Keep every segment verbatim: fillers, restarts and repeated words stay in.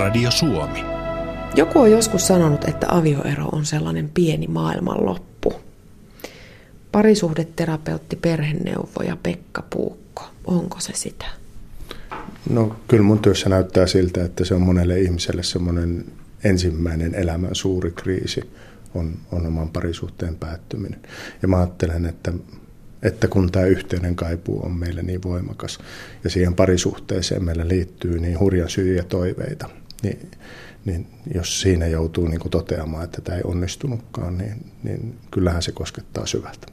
Radio Suomi. Joku on joskus sanonut, että avioero on sellainen pieni maailmanloppu. Parisuhdeterapeutti, perheneuvoja Pekka Puukko, onko se sitä? No kyllä mun työssä näyttää siltä, että se on monelle ihmiselle semmoinen ensimmäinen elämän suuri kriisi on, on oman parisuhteen päättyminen. Ja mä ajattelen, että, että kun tämä yhteinen kaipuu on meillä niin voimakas ja siihen parisuhteeseen meillä liittyy niin hurjan syviä toiveita, niin, niin jos siinä joutuu niin kuin toteamaan, että tämä ei onnistunutkaan, niin, niin kyllähän se koskettaa syvältä.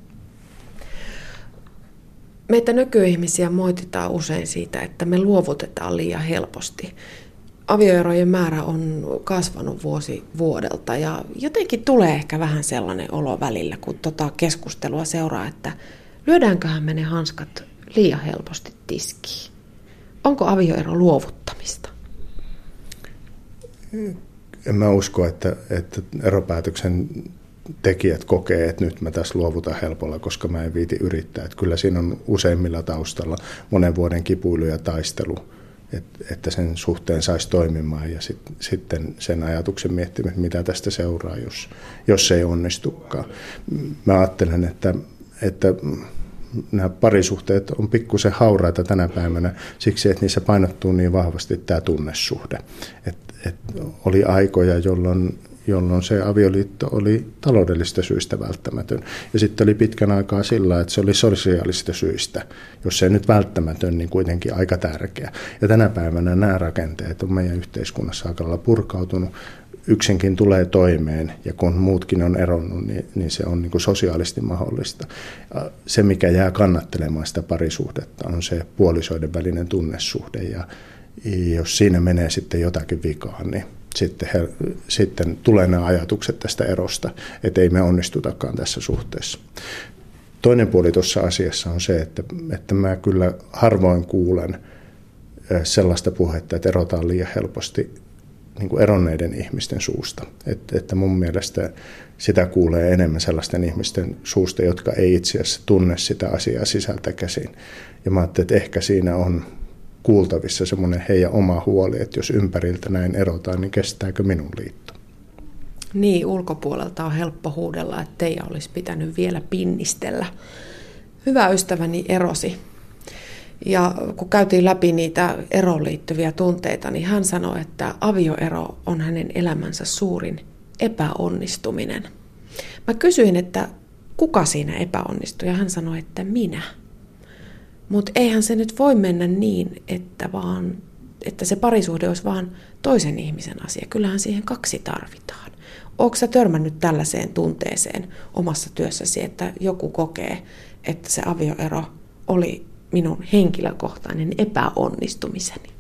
Meitä nykyihmisiä moititaan usein siitä, että me luovutetaan liian helposti. Avioerojen määrä on kasvanut vuosi vuodelta ja jotenkin tulee ehkä vähän sellainen olo välillä, kun tota keskustelua seuraa, että lyödäänköhän me ne hanskat liian helposti tiskiin. Onko avioero luovuttamista? En mä usko, että, että eropäätöksen tekijät kokee, että nyt mä tässä luovutan helpolla, koska mä en viiti yrittää. Että kyllä siinä on useimmilla taustalla monen vuoden kipuilu ja taistelu, että sen suhteen saisi toimimaan ja sit, sitten sen ajatuksen miettimään, mitä tästä seuraa, jos, jos se ei onnistukaan. Mä ajattelen, että, että nämä parisuhteet on pikkusen hauraita tänä päivänä siksi, että niissä painottuu niin vahvasti tämä tunnesuhde. Et, et oli aikoja, jolloin jolloin se avioliitto oli taloudellista syistä välttämätön. Ja sitten oli pitkän aikaa sillä, että se oli sosiaalista syistä. Jos se ei nyt välttämätön, niin kuitenkin aika tärkeä. Ja tänä päivänä nämä rakenteet on meidän yhteiskunnassa aika lailla purkautunut. Yksinkin tulee toimeen, ja kun muutkin on eronnut, niin, niin se on niin kuin sosiaalisesti mahdollista. Se, mikä jää kannattelemaan sitä parisuhdetta, on se puolisoiden välinen tunnesuhde. Ja jos siinä menee sitten jotakin vikaa, niin Sitten, he, sitten tulee nämä ajatukset tästä erosta, että ei me onnistutakaan tässä suhteessa. Toinen puoli tuossa asiassa on se, että, että mä kyllä harvoin kuulen sellaista puhetta, että erotaan liian helposti niin kuin eronneiden ihmisten suusta. Että, että mun mielestä sitä kuulee enemmän sellaisten ihmisten suusta, jotka ei itse asiassa tunne sitä asiaa sisältä käsin. Ja mä ajattelin, että ehkä siinä on kuultavissa semmoinen heidän oma huoli, että jos ympäriltä näin erotaan, niin kestääkö minun liitto? Niin, ulkopuolelta on helppo huudella, että teidän olisi pitänyt vielä pinnistellä. Hyvä ystäväni erosi. Ja kun käytiin läpi niitä eroon liittyviä tunteita, niin hän sanoi, että avioero on hänen elämänsä suurin epäonnistuminen. Mä kysyin, että kuka siinä epäonnistui, ja hän sanoi, että minä. Mutta eihän se nyt voi mennä niin, että, vaan, että se parisuhde olisi vaan toisen ihmisen asia. Kyllähän siihen kaksi tarvitaan. Oletko sä törmännyt tällaiseen tunteeseen omassa työssäsi, että joku kokee, että se avioero oli minun henkilökohtainen epäonnistumiseni?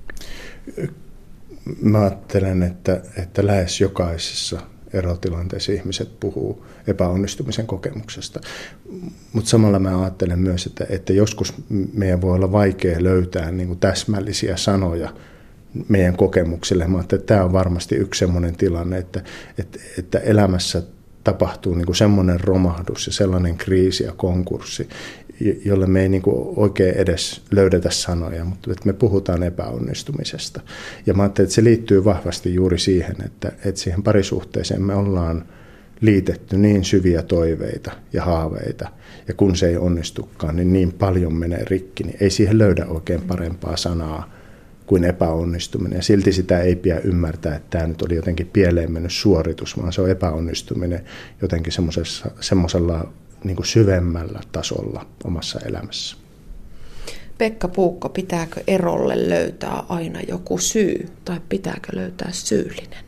Mä ajattelen, että, että lähes jokaisessa erotilanteessa ihmiset puhuu epäonnistumisen kokemuksesta. Mutta samalla mä ajattelen myös, että, että joskus meidän voi olla vaikea löytää niin kuin täsmällisiä sanoja meidän kokemuksille. Mä ajattelen, että tämä on varmasti yksi semmoinen tilanne, että, että, että elämässä tapahtuu niin kuin semmoinen romahdus ja sellainen kriisi ja konkurssi, jolle me ei niin kuin oikein edes löydetä sanoja, mutta että me puhutaan epäonnistumisesta. Ja mä ajattelin, että se liittyy vahvasti juuri siihen, että, että siihen parisuhteeseen me ollaan liitetty niin syviä toiveita ja haaveita, ja kun se ei onnistukaan, niin niin paljon menee rikki, niin ei siihen löydä oikein parempaa sanaa kuin epäonnistuminen. Ja silti sitä ei pidä ymmärtää, että tämä nyt oli jotenkin pieleen mennyt suoritus, vaan se on epäonnistuminen jotenkin semmoisella niin kuin syvemmällä tasolla omassa elämässä. Pekka Puukko, pitääkö erolle löytää aina joku syy, tai pitääkö löytää syyllinen?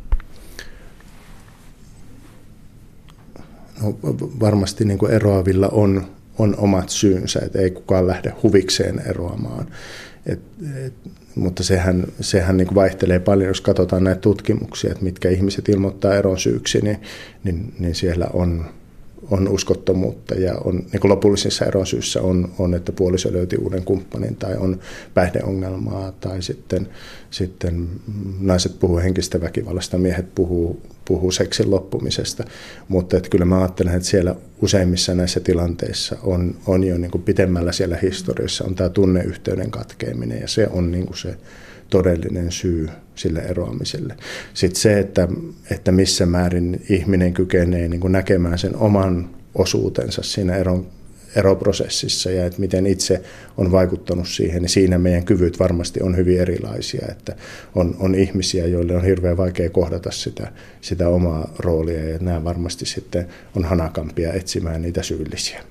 No, varmasti niin kuin eroavilla on, on omat syynsä, että ei kukaan lähde huvikseen eroamaan. Et, et, mutta sehän, sehän niin kuin vaihtelee paljon, jos katsotaan näitä tutkimuksia, että mitkä ihmiset ilmoittaa eron syyksi, niin, niin, niin siellä on, on uskottomuutta ja on, niin kuin lopullisissa eron syissä on, on, että puoliso löyti uuden kumppanin tai on päihdeongelmaa tai sitten, sitten naiset puhuu henkistä väkivallasta, miehet puhuu, puhuu seksin loppumisesta, mutta että kyllä mä ajattelen, että siellä useimmissa näissä tilanteissa on, on jo niin kuin pitemmällä siellä historiassa on tämä tunneyhteyden katkeaminen ja se on niin kuin se todellinen syy sille eroamiselle. Sitten se, että, että missä määrin ihminen kykenee niin kuin näkemään sen oman osuutensa siinä eron, eroprosessissa ja että miten itse on vaikuttanut siihen, niin siinä meidän kyvyt varmasti on hyvin erilaisia. Että on, on ihmisiä, joille on hirveän vaikea kohdata sitä, sitä omaa roolia ja nämä varmasti sitten on hanakampia etsimään niitä syyllisiä.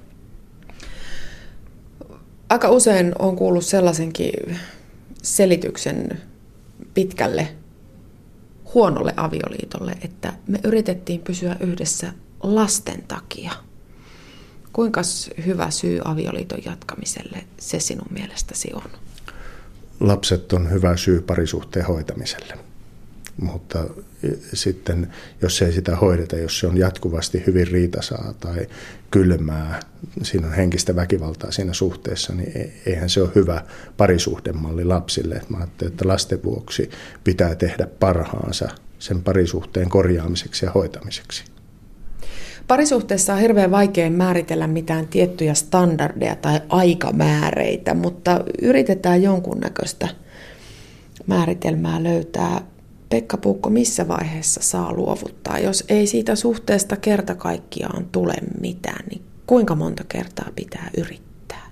Aika usein on kuullut sellaisenkin selityksen pitkälle huonolle avioliitolle, että me yritettiin pysyä yhdessä lasten takia. Kuinka hyvä syy avioliiton jatkamiselle se sinun mielestäsi on? Lapset on hyvä syy parisuhteen hoitamiselle, mutta sitten jos ei sitä hoideta, jos se on jatkuvasti hyvin riitasaa tai kylmää, siinä on henkistä väkivaltaa siinä suhteessa, niin eihän se ole hyvä parisuhdemalli lapsille. Mä ajattelen, että lasten vuoksi pitää tehdä parhaansa sen parisuhteen korjaamiseksi ja hoitamiseksi. Parisuhteessa on hirveän vaikea määritellä mitään tiettyjä standardeja tai aikamääreitä, mutta yritetään jonkunnäköistä määritelmää löytää. Pekka Puukko, missä vaiheessa saa luovuttaa? Jos ei siitä suhteesta kerta kaikkiaan tule mitään, niin kuinka monta kertaa pitää yrittää?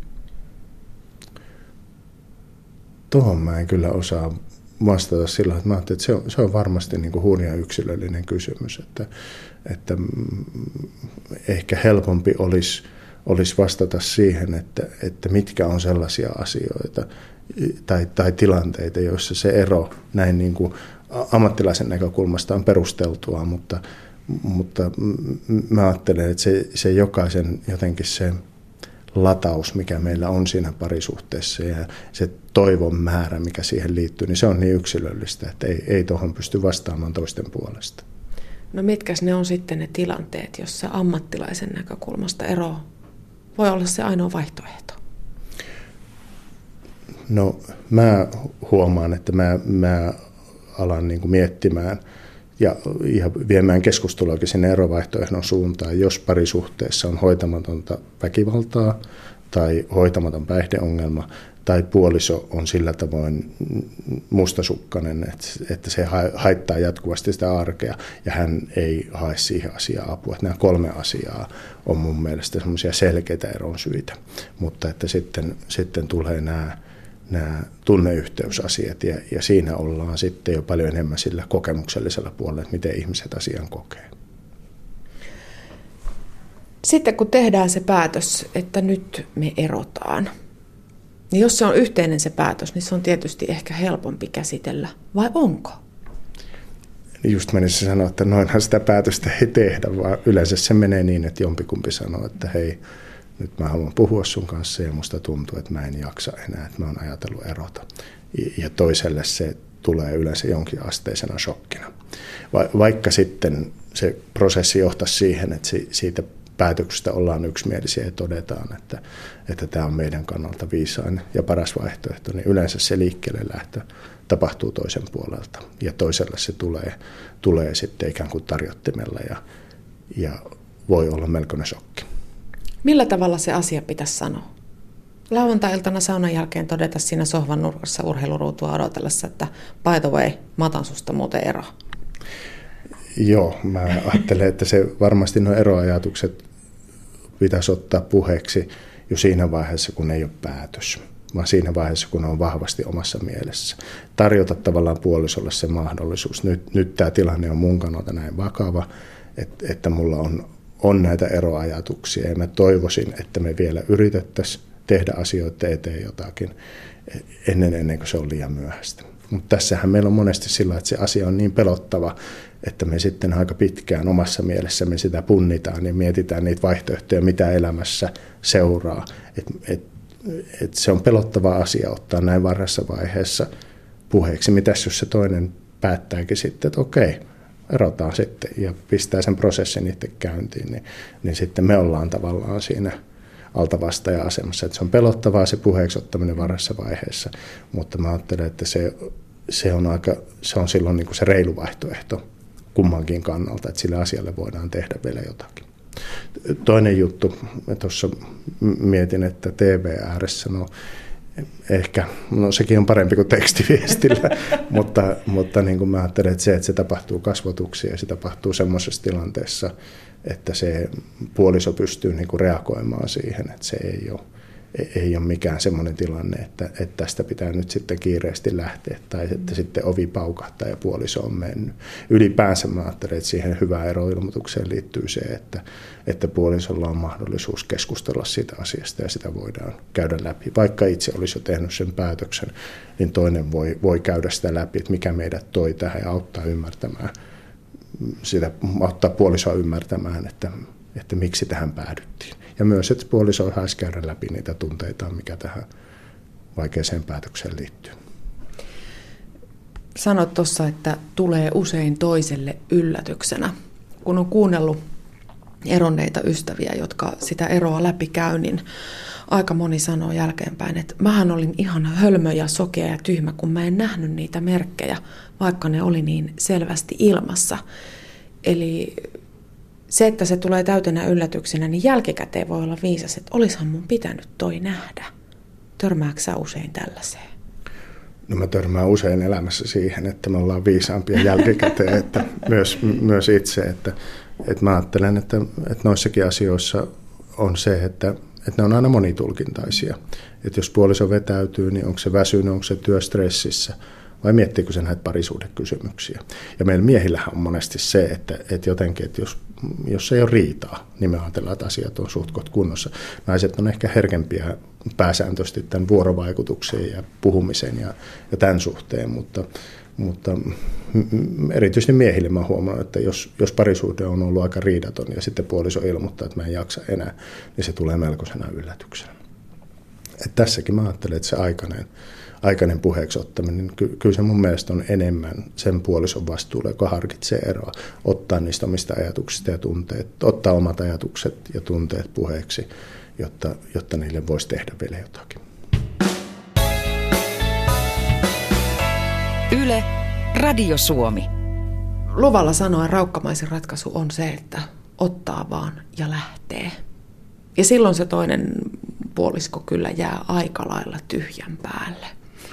Tuohon mä en kyllä osaa vastata sillä, että mä ajattelin, että se on, se on varmasti niin kuin hurja yksilöllinen kysymys, että, että ehkä helpompi olisi, olisi vastata siihen, että, että mitkä on sellaisia asioita tai, tai tilanteita, joissa se ero näin niin kuin ammattilaisen näkökulmasta on perusteltua, mutta, mutta mä ajattelen, että se, se jokaisen jotenkin se lataus, mikä meillä on siinä parisuhteessa ja se toivon määrä, mikä siihen liittyy, niin se on niin yksilöllistä, että ei, ei tuohon pysty vastaamaan toisten puolesta. No mitkäs ne on sitten ne tilanteet, jossa ammattilaisen näkökulmasta ero voi olla se ainoa vaihtoehto? No mä huomaan, että mä, mä alan niin kuin miettimään ja, ja viemään keskusteluakin sinne erovaihtoehdon suuntaan, jos parisuhteessa on hoitamatonta väkivaltaa tai hoitamaton päihdeongelma tai puoliso on sillä tavoin mustasukkainen, että, että se haittaa jatkuvasti sitä arkea ja hän ei hae siihen asiaan apua. Että nämä kolme asiaa on mun mielestä semmoisia selkeitä eronsyitä, mutta että sitten, sitten tulee nämä nämä tunneyhteysasiat ja, ja siinä ollaan sitten jo paljon enemmän sillä kokemuksellisella puolella, että miten ihmiset asian kokee. Sitten kun tehdään se päätös, että nyt me erotaan, niin jos se on yhteinen se päätös, niin se on tietysti ehkä helpompi käsitellä, vai onko? Just menisin sanoa, että noinhan sitä päätöstä ei tehdä, vaan yleensä se menee niin, että jompikumpi sanoo, että hei, nyt mä haluan puhua sun kanssa ja musta tuntuu, että mä en jaksa enää, että mä oon ajatellut erota. Ja toiselle se tulee yleensä jonkin asteisena shokkina. Va- vaikka sitten se prosessi johtaisi siihen, että siitä päätöksestä ollaan yksimielisiä ja todetaan, että, että tämä on meidän kannalta viisain ja paras vaihtoehto, niin yleensä se liikkeelle lähtö tapahtuu toisen puolelta. Ja toiselle se tulee, tulee sitten ikään kuin tarjottimella ja, ja voi olla melkoinen shokki. Millä tavalla se asia pitäisi sanoa? Lauantai-iltana saunan jälkeen todeta siinä sohvan nurkassa urheiluruutua odotellessa, että by the way, mä otan susta muuten ero. Joo, mä ajattelen, että se varmasti nuo eroajatukset pitäisi ottaa puheeksi jo siinä vaiheessa, kun ei ole päätös, vaan siinä vaiheessa, kun on vahvasti omassa mielessä. Tarjota tavallaan puolisolle se mahdollisuus. Nyt, nyt tämä tilanne on mun kannalta näin vakava, että, että mulla on on näitä eroajatuksia ja mä toivoisin, että me vielä yritettäisiin tehdä asioita eteen jotakin ennen, ennen kuin se on liian myöhäistä. Mutta tässähän meillä on monesti sillä, että se asia on niin pelottava, että me sitten aika pitkään omassa mielessämme sitä punnitaan ja mietitään niitä vaihtoehtoja, mitä elämässä seuraa. Et, et, et se on pelottava asia ottaa näin varhaisessa vaiheessa puheeksi. Mitäs jos se toinen päättääkin sitten, että okei, erotaan sitten ja pistää sen prosessin itse käyntiin, niin, niin sitten me ollaan tavallaan siinä altavastaaja-asemassa. Että se on pelottavaa se puheeksi ottaminen varhaisessa vaiheessa, mutta mä ajattelen, että se, se, on, aika, se on silloin niin kuin se reilu vaihtoehto kummankin kannalta, että sille asialle voidaan tehdä vielä jotakin. Toinen juttu, mä tuossa mietin, että T V ääressä, no ehkä, no sekin on parempi kuin tekstiviestillä, mutta, mutta niin kuin mä ajattelen, että se, että se tapahtuu kasvotuksia ja se tapahtuu semmoisessa tilanteessa, että se puoliso pystyy niin kuin reagoimaan siihen, että se ei ole, ei ole mikään semmoinen tilanne, että, että tästä pitää nyt sitten kiireesti lähteä tai että sitten ovi paukahtaa ja puoliso on mennyt. Ylipäänsä mä ajattelen, että siihen hyvään eroilmoitukseen liittyy se, että, että puolisolla on mahdollisuus keskustella siitä asiasta ja sitä voidaan käydä läpi. Vaikka itse olisi jo tehnyt sen päätöksen, niin toinen voi, voi käydä sitä läpi, että mikä meidät toi tähän ja auttaa ymmärtämään sitä, auttaa puolisoa ymmärtämään, että, että miksi tähän päädyttiin. Ja myös, että puoliso haisi käydä läpi niitä tunteita, mikä tähän vaikeaseen päätökseen liittyy. Sanoit tuossa, että tulee usein toiselle yllätyksenä. Kun on kuunnellut eronneita ystäviä, jotka sitä eroa läpi käy, niin aika moni sanoo jälkeenpäin, että mähän olin ihan hölmö ja sokea ja tyhmä, kun mä en nähnyt niitä merkkejä, vaikka ne oli niin selvästi ilmassa. Eli se, että se tulee täytenä yllätyksenä, niin jälkikäteen voi olla viisas, että olisihan mun pitänyt toi nähdä. Törmääkö sä usein tällaiseen? No mä törmään usein elämässä siihen, että me ollaan viisaampia jälkikäteen, että myös, myös itse. Että, että mä ajattelen, että, että noissakin asioissa on se, että, että ne on aina monitulkintaisia. Että jos puoliso vetäytyy, niin onko se väsynyt, onko se työstressissä vai miettiikö se näitä parisuhdekysymyksiä. Ja meillä miehillähän on monesti se, että, että jotenkin, että jos, jos ei ole riitaa, niin me ajatellaan, että asiat on suhtkot kunnossa. Naiset on ehkä herkempiä pääsääntöisesti tämän vuorovaikutukseen ja puhumiseen ja, ja tämän suhteen, mutta, mutta erityisesti miehille mä huomaan, että jos, jos parisuhde on ollut aika riidaton ja sitten puoliso ilmoittaa, että mä en jaksa enää, niin se tulee melkoisena yllätyksenä. Et tässäkin mä ajattelen, että se aikainen, aikainen puheeksi ottaminen, ky- kyllä se mun mielestä on enemmän sen puolison vastuulla, joka harkitsee eroa, ottaa niistä omista ajatuksista ja tunteet, ottaa omat ajatukset ja tunteet puheeksi, jotta, jotta niille voisi tehdä vielä jotakin. Yle, Radio Suomi. Luvalla sanoen raukkamaisin ratkaisu on se, että ottaa vaan ja lähtee. Ja silloin se toinen puolisko kyllä jää aika lailla tyhjän päälle.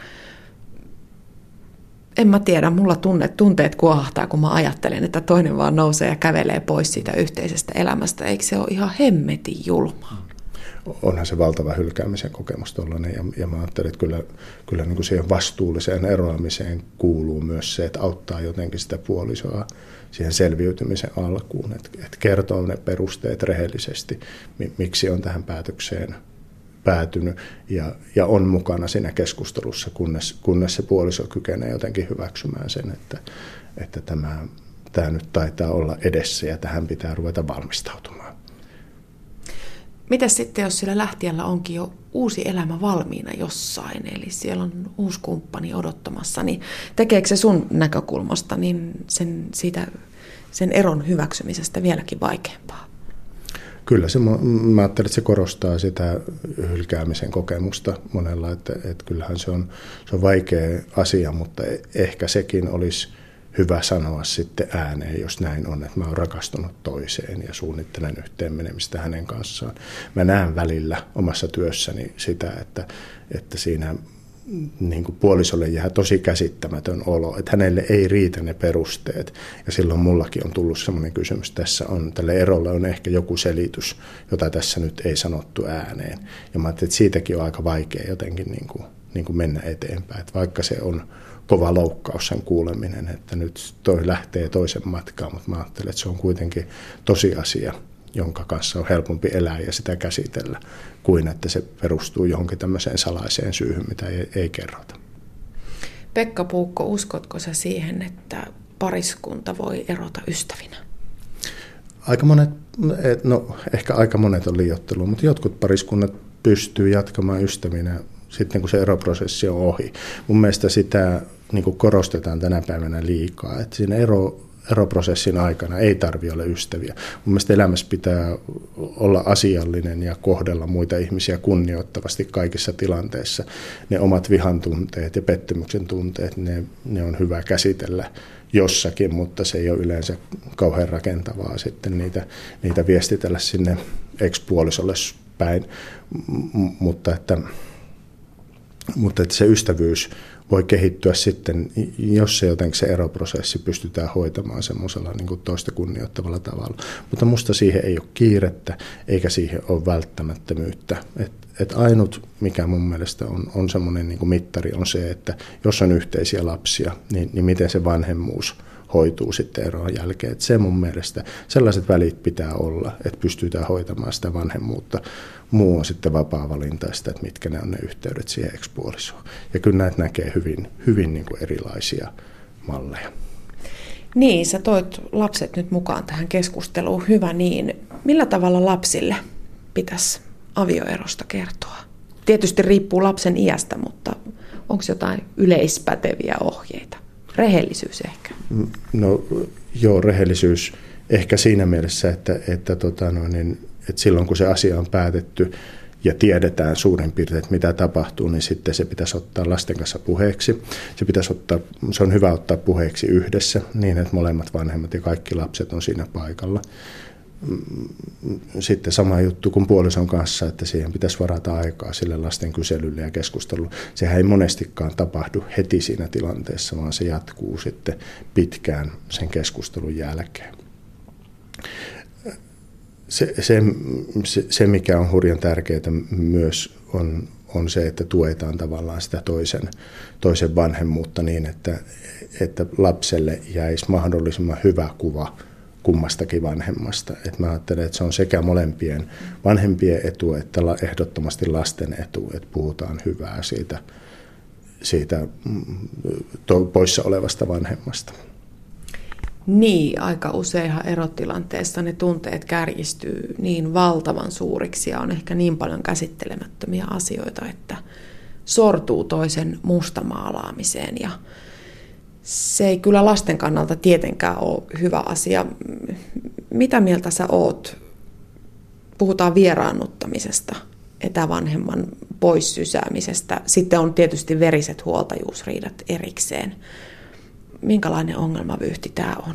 En mä tiedä, mulla tunnet, tunteet kuohahtaa, kun mä ajattelen, että toinen vaan nousee ja kävelee pois siitä yhteisestä elämästä. Eikö se ole ihan hemmetin julmaa? Onhan se valtava hylkäämisen kokemus tuollainen, ja, ja mä ajattelen, että kyllä, kyllä niin kuin siihen vastuulliseen eroamiseen kuuluu myös se, että auttaa jotenkin sitä puolisoa siihen selviytymisen alkuun, että, että kertoo ne perusteet rehellisesti, miksi on tähän päätökseen päätynyt, ja, ja on mukana siinä keskustelussa, kunnes, kunnes se puoliso kykenee jotenkin hyväksymään sen, että, että tämä, tämä nyt taitaa olla edessä ja tähän pitää ruveta valmistautumaan. Mitäs sitten, jos sillä lähtijällä onkin jo uusi elämä valmiina jossain, eli siellä on uusi kumppani odottamassa, niin tekeekö se sun näkökulmasta niin sen, siitä, sen eron hyväksymisestä vieläkin vaikeampaa? Kyllä, se, mä ajattelen, että se korostaa sitä hylkäämisen kokemusta monella, että, että kyllähän se on, se on vaikea asia, mutta ehkä sekin olisi hyvä sanoa sitten ääneen, jos näin on, että mä oon rakastunut toiseen ja suunnittelen yhteen menemistä hänen kanssaan. Mä näen välillä omassa työssäni sitä, että, että siinä niin kuin puolisolle jää tosi käsittämätön olo, että hänelle ei riitä ne perusteet. Ja silloin mullakin on tullut sellainen kysymys, että tässä on, tälle erolle on ehkä joku selitys, jota tässä nyt ei sanottu ääneen. Ja mä ajattelin, että siitäkin on aika vaikea jotenkin niin kuin, niin kuin mennä eteenpäin, että vaikka se on kova loukkaus sen kuuleminen, että nyt toi lähtee toisen matkaan, mutta mä ajattelen, että se on kuitenkin tosiasia, jonka kanssa on helpompi elää ja sitä käsitellä, kuin että se perustuu johonkin tämmöiseen salaiseen syyhyn, mitä ei, ei kerrota. Pekka Puukko, uskotko sä siihen, että pariskunta voi erota ystävinä? Aika monet, no ehkä aika monet on liioittelua, mutta jotkut pariskunnat pystyy jatkamaan ystävinä sitten kun se eroprosessi on ohi. Mun mielestä sitä niin kuin korostetaan tänä päivänä liikaa, että siinä ero, eroprosessin aikana ei tarvitse olla ystäviä. Mun mielestä elämässä pitää olla asiallinen ja kohdella muita ihmisiä kunnioittavasti kaikissa tilanteissa. Ne omat vihan tunteet ja pettymyksen tunteet, ne, ne on hyvä käsitellä jossakin, mutta se ei ole yleensä kauhean rakentavaa sitten niitä, niitä viestitellä sinne ex-puolisolle päin. M- mutta että Mutta että se ystävyys voi kehittyä sitten, jos se jotenkin se eroprosessi pystytään hoitamaan semmoisella niin kuin toista kunnioittavalla tavalla. Mutta musta siihen ei ole kiirettä, eikä siihen ole välttämättömyyttä. Et, et ainut, mikä mun mielestä on, on semmoinen niin kuin mittari, on se, että jos on yhteisiä lapsia, niin, niin miten se vanhemmuus hoituu sitten eron jälkeen. Et se mun mielestä, sellaiset välit pitää olla, että pystytään hoitamaan sitä vanhemmuutta. Muu on sitten vapaa-valintaista, että mitkä ne on ne yhteydet siihen ekspuolisoon. Ja kyllä näitä näkee hyvin, hyvin niin kuin erilaisia malleja. Niin, sä toit lapset nyt mukaan tähän keskusteluun. Hyvä niin. Millä tavalla lapsille pitäisi avioerosta kertoa? Tietysti riippuu lapsen iästä, mutta onko jotain yleispäteviä ohjeita? Rehellisyys ehkä. No joo, rehellisyys ehkä siinä mielessä, että, että, tota no, niin, että silloin kun se asia on päätetty ja tiedetään suurin piirtein, että mitä tapahtuu, niin sitten se pitäisi ottaa lasten kanssa puheeksi. Se, pitäisi ottaa, se on hyvä ottaa puheeksi yhdessä niin, että molemmat vanhemmat ja kaikki lapset on siinä paikalla. Sitten sama juttu kuin puolison kanssa, että siihen pitäisi varata aikaa sille lasten kyselylle ja keskustelulle. Sehän ei monestikaan tapahdu heti siinä tilanteessa, vaan se jatkuu sitten pitkään sen keskustelun jälkeen. Se, se, se, se mikä on hurjan tärkeää myös, on, on se, että tuetaan tavallaan sitä toisen, toisen vanhemmuutta niin, että, että lapselle jäisi mahdollisimman hyvä kuva kummastakin vanhemmasta. Et mä ajattelen, että se on sekä molempien vanhempien etu että ehdottomasti lasten etu, että puhutaan hyvää siitä, siitä poissa olevasta vanhemmasta. Niin, aika useinhan erotilanteessa ne tunteet kärjistyy niin valtavan suuriksi ja on ehkä niin paljon käsittelemättömiä asioita, että sortuu toisen mustamaalaamiseen ja se ei kyllä lasten kannalta tietenkään ole hyvä asia. Mitä mieltä sä oot? Puhutaan vieraannuttamisesta, etävanhemman pois sysäämisestä. Sitten on tietysti veriset huoltajuusriidat erikseen. Minkälainen ongelmavyyhti tämä on?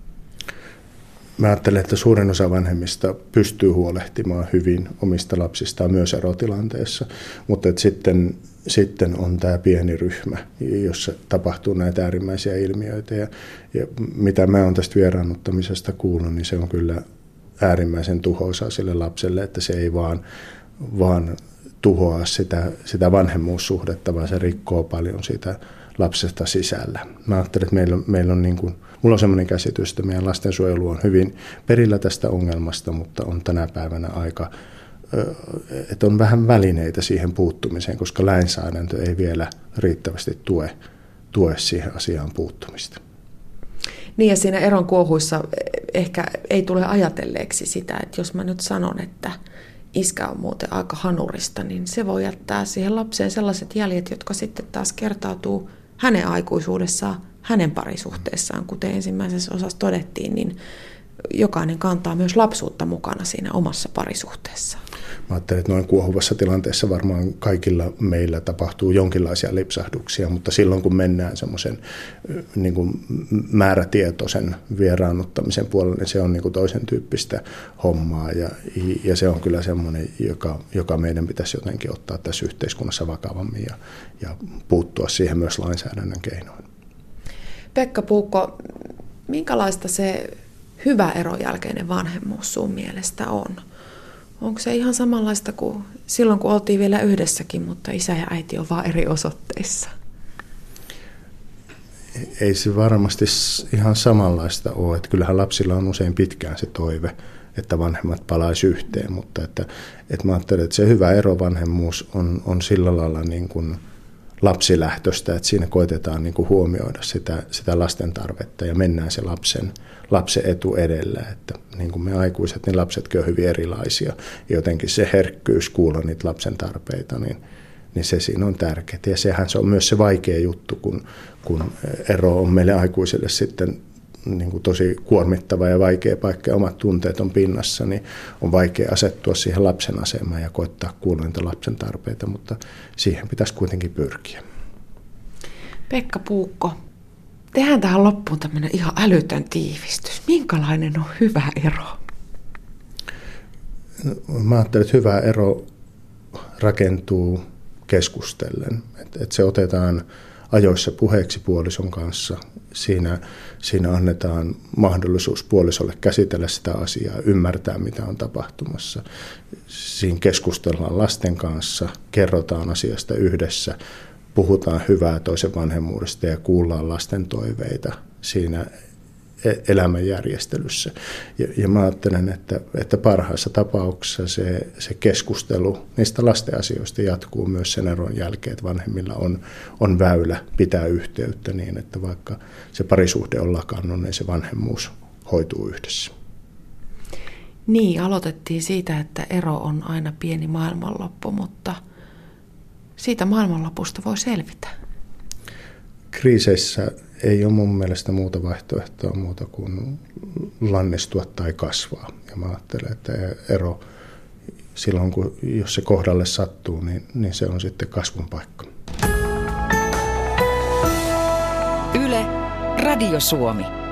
Mä ajattelen, että suurin osa vanhemmista pystyy huolehtimaan hyvin omista lapsistaan myös erotilanteessa, mutta että sitten, sitten on tämä pieni ryhmä, jossa tapahtuu näitä äärimmäisiä ilmiöitä. Ja, ja mitä mä oon tästä vieraannuttamisesta kuullut, niin se on kyllä äärimmäisen tuhoisaa sille lapselle, että se ei vaan, vaan tuhoa sitä, sitä vanhemmuussuhdetta, vaan se rikkoo paljon sitä lapsesta sisällä. Mä ajattelen, että meillä on, meillä on niin kuin, mulla on sellainen käsitys, että meidän lastensuojelu on hyvin perillä tästä ongelmasta, mutta on tänä päivänä aika, että on vähän välineitä siihen puuttumiseen, koska lainsäädäntö ei vielä riittävästi tue, tue siihen asiaan puuttumista. Niin ja siinä eron kuohuissa ehkä ei tule ajatelleeksi sitä, että jos mä nyt sanon, että iskä on muuten aika hanurista, niin se voi jättää siihen lapseen sellaiset jäljet, jotka sitten taas kertautuu hänen aikuisuudessaan, hänen parisuhteessaan, kuten ensimmäisessä osassa todettiin, niin jokainen kantaa myös lapsuutta mukana siinä omassa parisuhteessaan. Mä ajattelen, että noin kuohuvassa tilanteessa varmaan kaikilla meillä tapahtuu jonkinlaisia lipsahduksia, mutta silloin kun mennään semmoisen niin kuin määrätietoisen vieraannuttamisen puolelle, niin se on niin kuin toisen tyyppistä hommaa ja, ja se on kyllä semmoinen, joka, joka meidän pitäisi jotenkin ottaa tässä yhteiskunnassa vakavammin ja, ja puuttua siihen myös lainsäädännön keinoin. Pekka Puukko, minkälaista se hyvä eron jälkeinen vanhemmuus sun mielestä on? Onko se ihan samanlaista kuin silloin, kun oltiin vielä yhdessäkin, mutta isä ja äiti on vaan eri osoitteissa? Ei se varmasti ihan samanlaista ole. Että kyllähän lapsilla on usein pitkään se toive, että vanhemmat palaisi yhteen, mutta että, että mä ajattelen, että se hyvä erovanhemmuus on, on sillä lailla niin kuin lapsilähtöistä, että siinä koitetaan niin kuin huomioida sitä, sitä lasten tarvetta ja mennään se lapsen, lapsen etu edellä. Että niin kuin me aikuiset, niin lapsetkin on hyvin erilaisia. Ja jotenkin se herkkyys kuulla niitä lapsen tarpeita, niin, niin se siinä on tärkeää. Ja sehän se on myös se vaikea juttu, kun, kun ero on meille aikuisille sitten niin kuin tosi kuormittava ja vaikea paikka ja omat tunteet on pinnassa, niin on vaikea asettua siihen lapsen asemaan ja koettaa kuulla niitä lapsen tarpeita, mutta siihen pitäisi kuitenkin pyrkiä. Pekka Puukko, tehdään tähän loppuun tämmöinen ihan älytön tiivistys. Minkälainen on hyvä ero? No, mä ajattelen, että hyvä ero rakentuu keskustellen. Et, et se otetaan ajoissa puheeksi puolison kanssa. Siinä, siinä annetaan mahdollisuus puolisolle käsitellä sitä asiaa, ymmärtää mitä on tapahtumassa. Siinä keskustellaan lasten kanssa, kerrotaan asiasta yhdessä, puhutaan hyvää toisen vanhemmuudesta ja kuullaan lasten toiveita siinä elämänjärjestelyssä. Ja, ja mä ajattelen, että, että parhaassa tapauksessa se, se keskustelu niistä lasten asioista jatkuu myös sen eron jälkeen, että vanhemmilla on, on väylä pitää yhteyttä niin, että vaikka se parisuhde on lakannut, niin se vanhemmuus hoituu yhdessä. Niin, aloitettiin siitä, että ero on aina pieni maailmanloppu, mutta siitä maailmanlopusta voi selvitä. Kriiseissä ei ole mun mielestä muuta vaihtoehtoa muuta kuin lannistua tai kasvaa. Ja mä ajattelen, että ero silloin, kun jos se kohdalle sattuu, niin, niin se on sitten kasvun paikka. Yle, Radio Suomi.